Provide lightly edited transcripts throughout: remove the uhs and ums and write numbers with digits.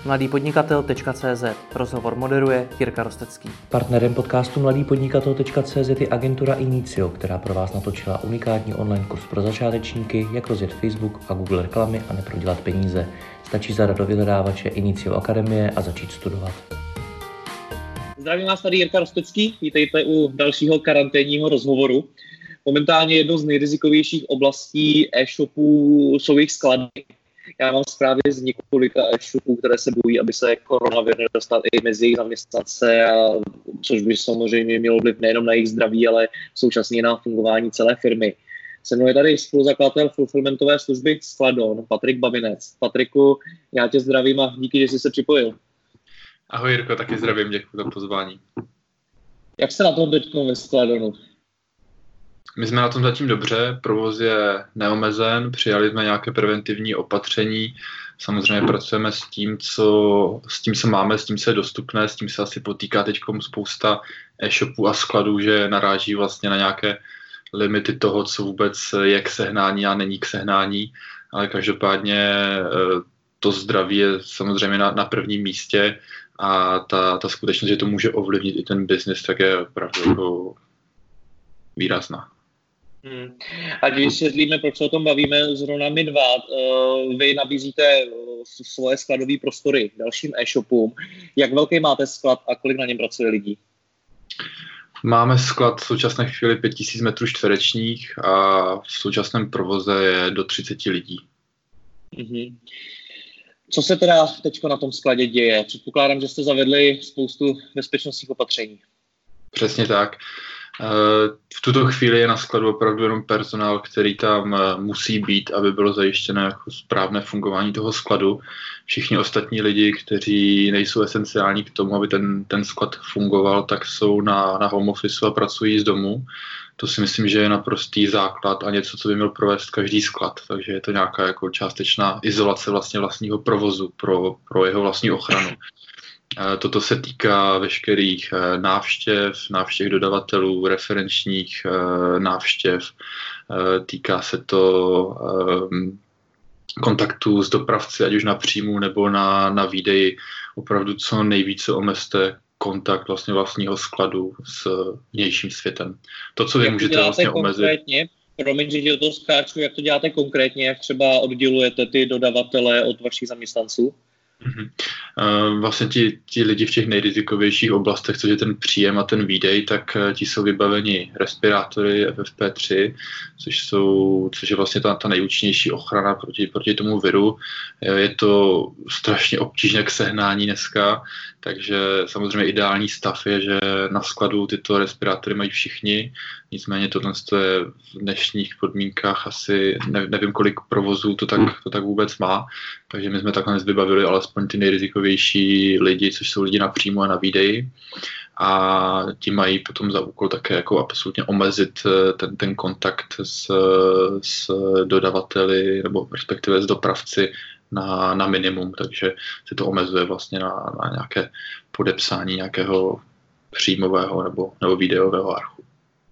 mladýpodnikatel.cz. Rozhovor moderuje Jirka Rostecký. Partnerem podcastu mladýpodnikatel.cz je agentura Inicio, která pro vás natočila unikátní online kurz pro začátečníky, jak rozjet Facebook a Google reklamy a neprodělat peníze. Stačí zadat do vyhledávače Inicio Akademie a začít studovat. Zdravím vás, tady Jirka Rostecký, vítejte u dalšího karanténního rozhovoru. Momentálně jednou z nejrizikovějších oblastí e-shopů jsou jejich sklady. Já mám zprávy z několika e-shopů, které se bojí, aby se koronavir nedostal i mezi jejich zaměstnance, což by samozřejmě mělo vliv nejenom na jejich zdraví, ale současně na fungování celé firmy. Se mnou je tady spoluzakladatel fulfillmentové služby Skladon, Patrik Babinec. Patriku, já tě zdravím a díky, že jsi se připojil. Ahoj Jirko, taky zdravím, děkuji za pozvání. Jak se na tom teď ve Skladonu? My jsme na tom zatím dobře, provoz je neomezen, přijali jsme nějaké preventivní opatření, samozřejmě pracujeme s tím, co máme, s tím, co je dostupné, s tím se asi potýká teď spousta e-shopů a skladů, že naráží vlastně na nějaké limity toho, co vůbec je k sehnání a není k sehnání, ale každopádně to zdraví je samozřejmě na prvním místě a ta skutečnost, že to může ovlivnit i ten biznis, tak je opravdu jako výrazná. Ať vysvětlíme, proč se o tom bavíme zrovna my dva. Vy nabízíte svoje skladové prostory dalším e-shopům. Jak velký máte sklad a kolik na něm pracuje lidí? Máme sklad v současné chvíli 5000 metrů čtverečních a v současném provoze je do 30 lidí. Co se teda teď na tom skladě děje? Předpokládám, že jste zavedli spoustu bezpečnostních opatření. Přesně tak. V tuto chvíli je na skladu opravdu jenom personál, který tam musí být, aby bylo zajištěné jako správné fungování toho skladu. Všichni ostatní lidi, kteří nejsou esenciální k tomu, aby ten sklad fungoval, tak jsou na home office a pracují z domu. To si myslím, že je naprostý základ a něco, co by měl provést každý sklad. Takže je to nějaká jako částečná izolace vlastně vlastního provozu pro jeho vlastní ochranu. Toto se týká veškerých návštěv dodavatelů, referenčních návštěv, týká se to kontaktů s dopravci, ať už na příjmu nebo na výdeji. Opravdu co nejvíce omezte kontakt vlastně vlastního skladu s vnějším světem. To, co vy můžete vlastně omezit. Promiň, že to skáču, jak to děláte konkrétně, jak třeba oddělujete ty dodavatele od vašich zaměstnanců? Vlastně ti lidi v těch nejrizikovějších oblastech, což je ten příjem a ten výdej, tak ti jsou vybaveni respirátory FFP3, což je vlastně ta nejúčinnější ochrana proti tomu viru. Je to strašně obtížné k sehnání dneska, takže samozřejmě ideální stav je, že na skladu tyto respirátory mají všichni, nicméně tohle je v dnešních podmínkách asi nevím, kolik provozů to tak vůbec má, takže my jsme takhle vybavili alespoň ty nejrizikovější lidi, což jsou lidi na příjmu a na výdeji, a ti mají potom za úkol také jako absolutně omezit ten kontakt s dodavateli nebo respektive s dopravci na minimum, takže se to omezuje vlastně na nějaké podepsání nějakého příjmového nebo videového archu.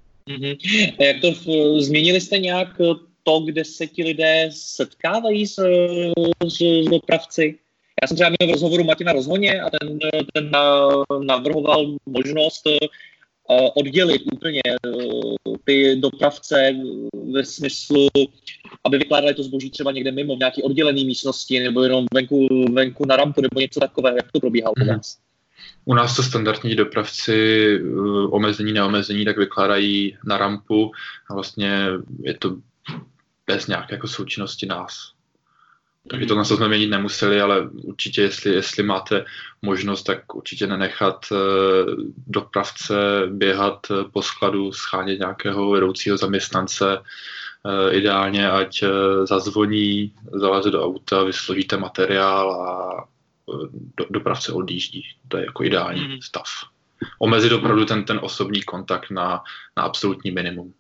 A jak to změnili jste nějak to, kde se ti lidé setkávají s dopravci? Já jsem třeba měl v rozhovoru Martina Rozhoně a ten navrhoval možnost oddělit úplně ty dopravce ve smyslu, aby vykládali to zboží třeba někde mimo, v nějaké oddělené místnosti nebo jenom venku na rampu nebo něco takového. Jak to probíhalo u vás? U nás to standardní dopravci omezení, neomezení, tak vykládají na rampu a vlastně je to bez nějaké jako součinnosti nás. Takže to jsme měnit nemuseli, ale určitě, jestli máte možnost, tak určitě nenechat dopravce běhat po skladu, schánět nějakého vedoucího zaměstnance. Ideálně, ať zazvoní, zaleze do auta, vysložíte materiál a dopravce odjíždí. To je jako ideální stav. Omezit opravdu ten osobní kontakt na absolutní minimum.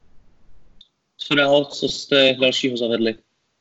Co dál? Co jste dalšího zavedli?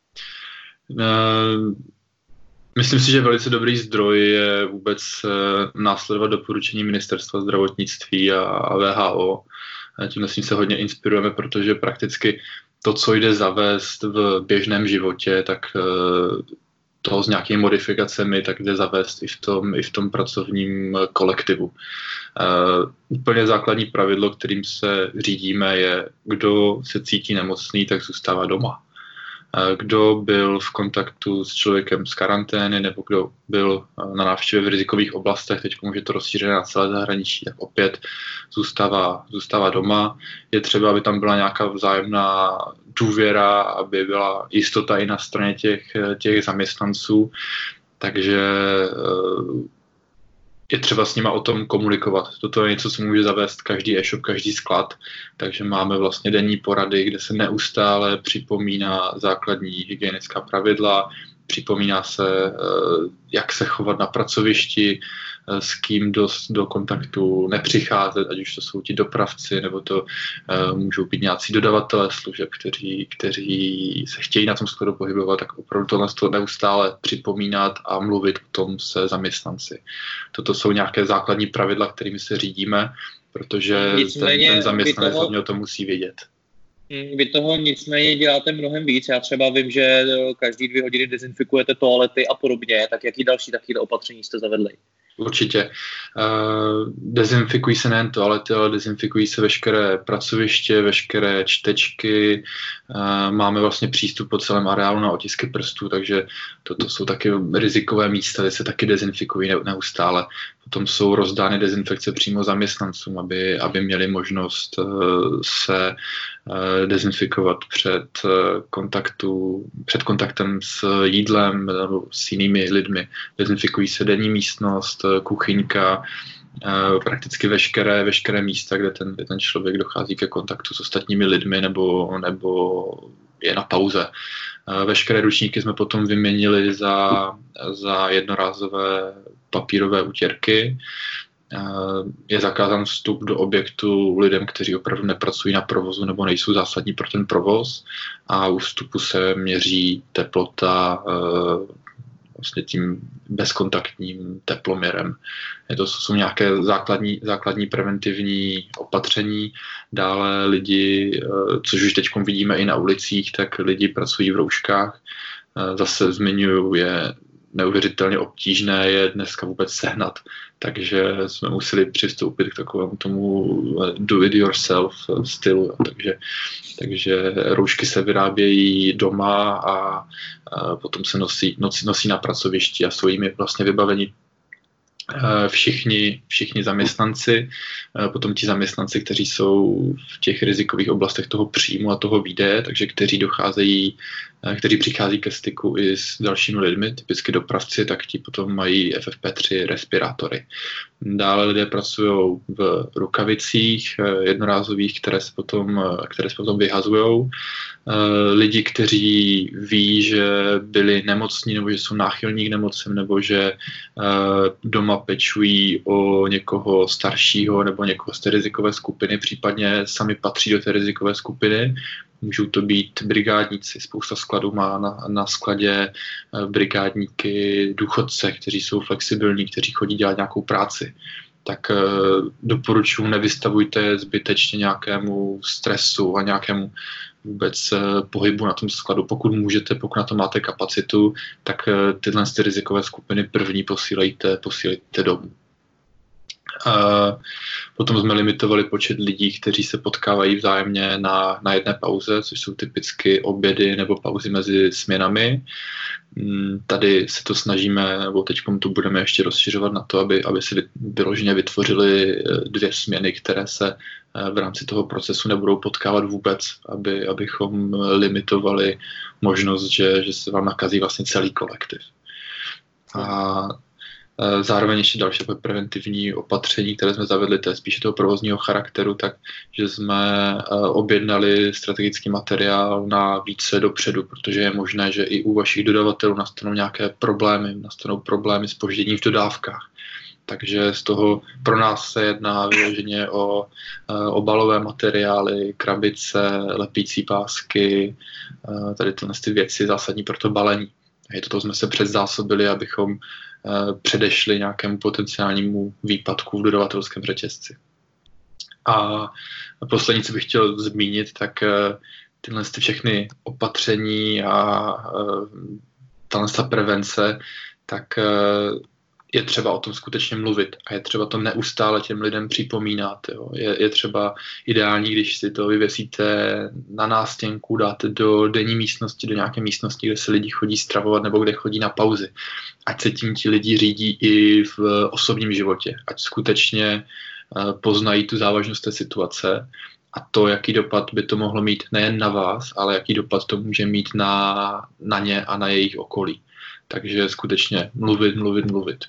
Myslím si, že velice dobrý zdroj je vůbec následovat doporučení Ministerstva zdravotnictví a WHO. Tímhle s tím se hodně inspirujeme, protože prakticky to, co jde zavést v běžném životě, tak toho s nějakými modifikacemi, tak jde zavést i v tom pracovním kolektivu. Úplně základní pravidlo, kterým se řídíme, je, kdo se cítí nemocný, tak zůstává doma. Kdo byl v kontaktu s člověkem z karantény nebo kdo byl na návštěvě v rizikových oblastech, teď už je to rozšířené na celé zahraničí, tak opět zůstává doma. Je třeba, aby tam byla nějaká vzájemná důvěra, aby byla jistota i na straně těch zaměstnanců, takže je třeba s nima o tom komunikovat. Toto je něco, co může zavést každý e-shop, každý sklad, takže máme vlastně denní porady, kde se neustále připomíná základní hygienická pravidla, připomíná se, jak se chovat na pracovišti, s kým do kontaktu nepřicházet, ať už to jsou ti dopravci, nebo to můžou být nějací dodavatelé služeb, kteří se chtějí na tom skladu pohybovat, tak opravdu to neustále připomínat a mluvit o tom se zaměstnanci. Toto jsou nějaké základní pravidla, kterými se řídíme, protože ten zaměstnanec o to musí vědět. Vy toho nicméně děláte mnohem víc. Já třeba vím, že každý 2 hodiny dezinfikujete toalety a podobně, tak jaký další takové opatření jste zavedli? Určitě. Dezinfikují se nejen toalety, ale dezinfikují se veškeré pracoviště, veškeré čtečky. Máme vlastně přístup po celém areálu na otisky prstů, takže toto jsou taky rizikové místa, kde se taky dezinfikují neustále. Potom jsou rozdány dezinfekce přímo zaměstnancům, aby měli možnost se dezinfikovat před kontaktem s jídlem nebo s jinými lidmi. Dezinfikují se denní místnost, kuchyňka, prakticky veškeré místa, kde ten člověk dochází ke kontaktu s ostatními lidmi nebo je na pauze. Veškeré ručníky jsme potom vyměnili za jednorázové papírové utěrky. Je zakázán vstup do objektu lidem, kteří opravdu nepracují na provozu nebo nejsou zásadní pro ten provoz, a u vstupu se měří teplota vlastně tím bezkontaktním teploměrem. To jsou nějaké základní preventivní opatření. Dále lidi, což už teď vidíme i na ulicích, tak lidi pracují v rouškách. Zase zmiňuju, je neuvěřitelně obtížné je dneska vůbec sehnat, takže jsme museli přistoupit k takovému tomu do it yourself stylu, takže roušky se vyrábějí doma a potom se nosí na pracovišti a jsou jimi vlastně vybaveni všichni zaměstnanci, potom ti zaměstnanci, kteří jsou v těch rizikových oblastech toho příjmu a toho výdeje, takže kteří přichází ke styku i s dalšími lidmi, typicky dopravci, tak ti potom mají FFP3 respirátory. Dále lidé pracují v rukavicích jednorázových, které se potom vyhazujou. Lidi, kteří ví, že byli nemocní nebo že jsou náchylní k nemocem nebo že doma pečují o někoho staršího nebo někoho z té rizikové skupiny, případně sami patří do té rizikové skupiny. Můžou to být brigádníci. Spousta skladů má na skladě brigádníky, důchodce, kteří jsou flexibilní, kteří chodí dělat nějakou práci. Tak doporučuji, nevystavujte zbytečně nějakému stresu a nějakému vůbec pohybu na tom skladu. Pokud můžete, pokud na to máte kapacitu, tak tyhle rizikové skupiny první posílejte domů. Potom jsme limitovali počet lidí, kteří se potkávají vzájemně na jedné pauze, což jsou typicky obědy nebo pauzy mezi směnami. Tady se to snažíme, nebo teď to budeme ještě rozšiřovat na to, aby si vyloženě vytvořili 2 směny, které se v rámci toho procesu nebudou potkávat vůbec, abychom limitovali možnost, že se vám nakazí vlastně celý kolektiv. A zároveň ještě další preventivní opatření, které jsme zavedli, to je spíše toho provozního charakteru, takže jsme objednali strategický materiál na více dopředu, protože je možné, že i u vašich dodavatelů nastanou nějaké problémy s zpožděním v dodávkách. Takže z toho pro nás se jedná vyloženě o obalové materiály, krabice, lepící pásky, tady ty věci zásadní pro to balení. A toto jsme se předzásobili, abychom předešli nějakému potenciálnímu výpadku v dodavatelském řetězci. A poslední, co bych chtěl zmínit, tak tyhle všechny opatření a ta prevence, tak je třeba o tom skutečně mluvit a je třeba to neustále těm lidem připomínat. Jo. Je třeba ideální, když si to vyvěsíte na nástěnku, dáte do denní místnosti, do nějaké místnosti, kde se lidi chodí stravovat nebo kde chodí na pauzy. Ať se tím ti lidi řídí i v osobním životě. Ať skutečně poznají tu závažnost té situace a to, jaký dopad by to mohlo mít nejen na vás, ale jaký dopad to může mít na ně a na jejich okolí. Takže skutečně mluvit.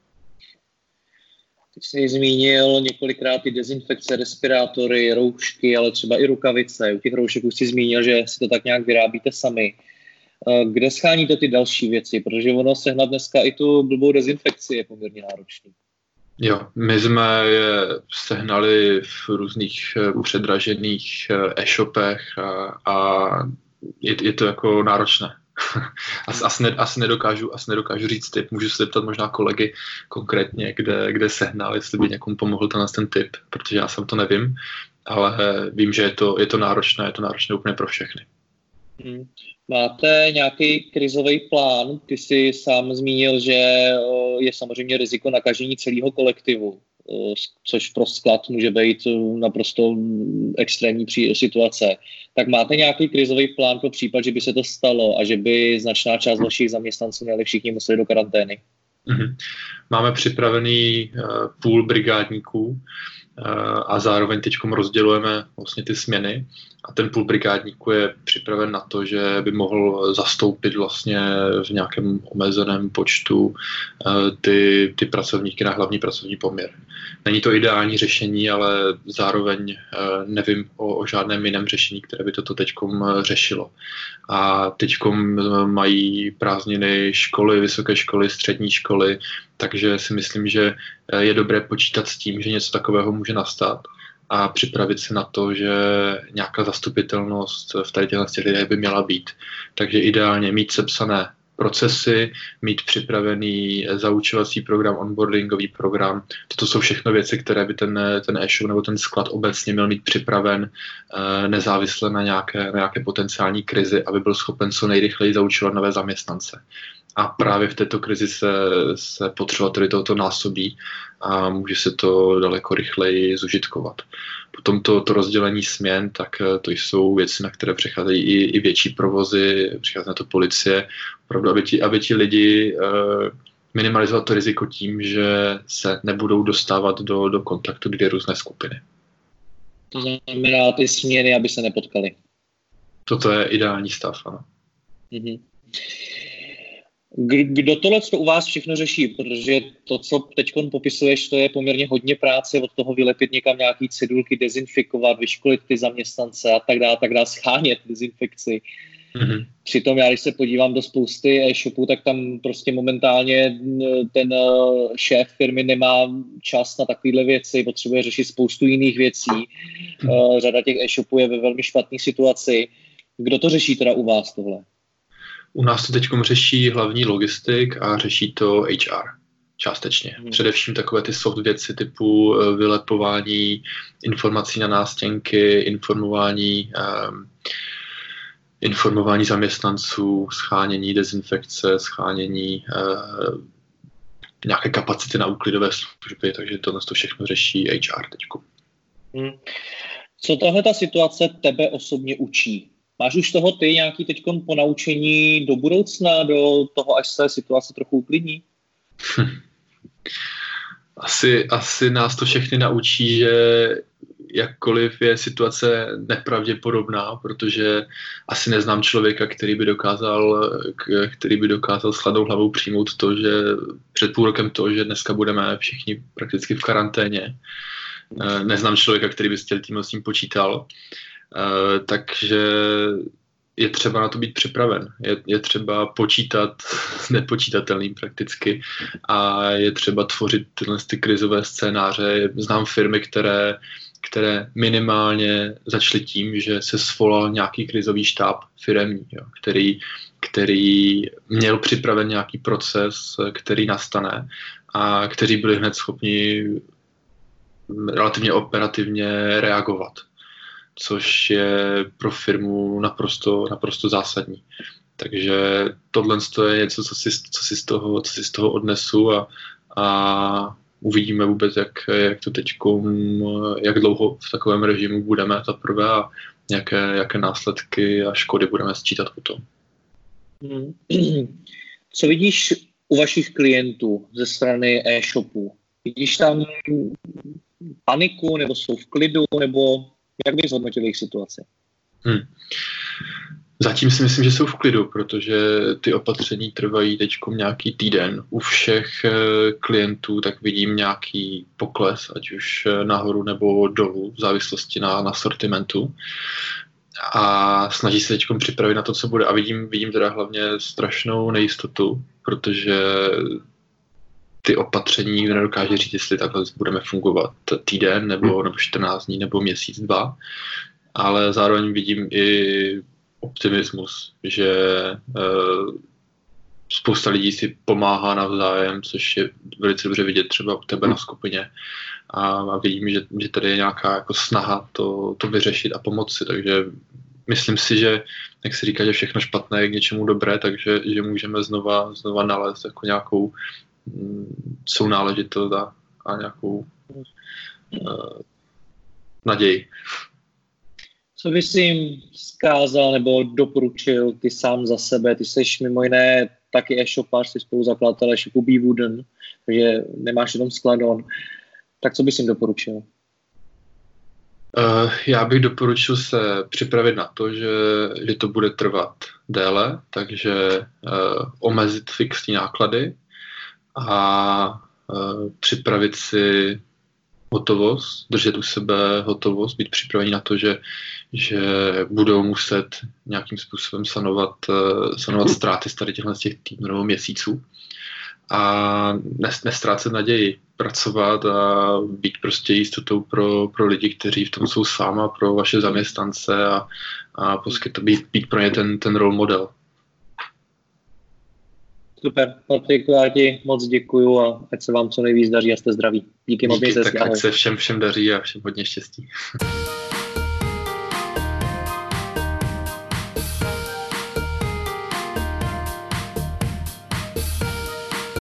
Ty jsi zmínil několikrát ty dezinfekce, respirátory, roušky, ale třeba i rukavice. U těch roušek už jsi zmínil, že si to tak nějak vyrábíte sami. Kde scháníte ty další věci? Protože ono sehnat dneska i tu blbou dezinfekci je poměrně náročný. Jo, my jsme je sehnali v různých předražených e-shopech a je to jako náročné. Asi nedokážu říct tip. Můžu se zeptat možná kolegy konkrétně, kde sehnal, jestli by někomu pomohl ten tip, protože já sám to nevím, ale vím, že je to náročné úplně pro všechny. Máte nějaký krizový plán? Ty jsi sám zmínil, že je samozřejmě riziko nakažení celého kolektivu, což pro sklad může být naprosto extrémní situace. Tak máte nějaký krizový plán pro případ, že by se to stalo a že by značná část vašich zaměstnanců měli všichni museli do karantény? Máme připravený půl brigádníků a zároveň teď rozdělujeme vlastně ty směny a ten půl brigádníku je připraven na to, že by mohl zastoupit vlastně v nějakém omezeném počtu ty pracovníky na hlavní pracovní poměr. Není to ideální řešení, ale zároveň nevím o žádném jiném řešení, které by toto teďkom řešilo. A teďkom mají prázdniny školy, vysoké školy, střední školy, takže si myslím, že je dobré počítat s tím, že něco takového může nastat a připravit se na to, že nějaká zastupitelnost v těch lidech by měla být. Takže ideálně mít sepsané procesy, mít připravený zaučovací program, onboardingový program. Toto jsou všechno věci, které by ten e-shop nebo ten sklad obecně měl mít připraven nezávisle na nějaké potenciální krizi, aby byl schopen co nejrychleji zaučovat nové zaměstnance. A právě v této krizi se potřeba tohoto násobí a může se to daleko rychleji zužitkovat. Potom to rozdělení směn, tak to jsou věci, na které přicházejí i větší provozy, přichází na to policie, opravdu, aby ti lidi minimalizovat to riziko tím, že se nebudou dostávat do kontaktu dvě různé skupiny. To znamená ty směny, aby se nepotkali. Toto je ideální stav, ano. Kdo tohle u vás všechno řeší? Protože to, co teď popisuješ, to je poměrně hodně práce, od toho vylepit někam nějaký cedulky, dezinfikovat, vyškolit ty zaměstnance a tak dále, schánět dezinfekci. Přitom já, když se podívám do spousty e-shopů, tak tam prostě momentálně ten šéf firmy nemá čas na takovéhle věci, potřebuje řešit spoustu jiných věcí. Řada těch e-shopů je ve velmi špatné situaci. Kdo to řeší teda u vás tohle? U nás to teď řeší hlavní logistik a řeší to HR částečně. Především takové ty soft věci typu vylepování informací na nástěnky, informování zaměstnanců, schánění dezinfekce, schánění nějaké kapacity na úklidové služby, takže to všechno řeší HR teďko. Co tahle ta situace tebe osobně učí? Máš už toho ty nějaký teďkon ponaučení do budoucna, do toho, až se situace trochu uklidní? Asi nás to všechny naučí, že jakkoliv je situace nepravděpodobná, protože asi neznám člověka, který by dokázal s chladnou hlavou přijmout to, že před půl rokem to, že dneska budeme všichni prakticky v karanténě. Neznám člověka, který by s tím počítal. Takže je třeba na to být připraven. Je třeba počítat s nepočítatelným prakticky a je třeba tvořit ty krizové scénáře. Znám firmy, které minimálně začaly tím, že se svolal nějaký krizový štáb firemní, který měl připraven nějaký proces, který nastane a kteří byli hned schopni relativně operativně reagovat, což je pro firmu naprosto zásadní. Takže tohle je něco, co si z toho odnesu a uvidíme vůbec, jak to teďko, jak dlouho v takovém režimu budeme zaprvé a jaké následky a škody budeme sčítat potom. Co vidíš u vašich klientů ze strany e-shopů? Vidíš tam paniku, nebo jsou v klidu, nebo jak bys zhodnotil jejich situaci? Zatím si myslím, že jsou v klidu, protože ty opatření trvají teď nějaký týden. U všech klientů tak vidím nějaký pokles, ať už nahoru nebo dolů, v závislosti na sortimentu. A snaží se teď připravit na to, co bude. A vidím teda hlavně strašnou nejistotu, protože ty opatření nikdo nedokáže říct, jestli takhle budeme fungovat týden, nebo 14 dní, nebo měsíc, 2. Ale zároveň vidím i optimismus, že spousta lidí si pomáhá navzájem, což je velice dobře vidět třeba u tebe na skupině. A vidím, že tady je nějaká jako snaha to vyřešit a pomoci. Takže myslím si, že, jak se říká, že všechno špatné je k něčemu dobré, takže že můžeme znova nalézt jako nějakou sounáležitost a nějakou naději. Co bys jim vzkázal nebo doporučil ty sám za sebe? Ty jsi mimo jiné taky e-shopář, jsi spoluzakladatel e-shopu Be Wooden, takže nemáš jenom Skladon. Tak co bys jim doporučil? Já bych doporučil se připravit na to, že to bude trvat déle, takže omezit fixní náklady a připravit si hotovost, držet u sebe hotovost, být připraveni na to, že budou muset nějakým způsobem sanovat ztráty z tady těch týdnů nebo měsíců. A nestrácet naději, pracovat a být prostě jistotou pro lidi, kteří v tom jsou s váma, pro vaše zaměstnance a být pro ně ten role model. Super, Patrik, já ti moc děkuju a ať se vám co nejvíc daří a jste zdraví. Díky moc. Tak ať se všem daří a všem hodně štěstí.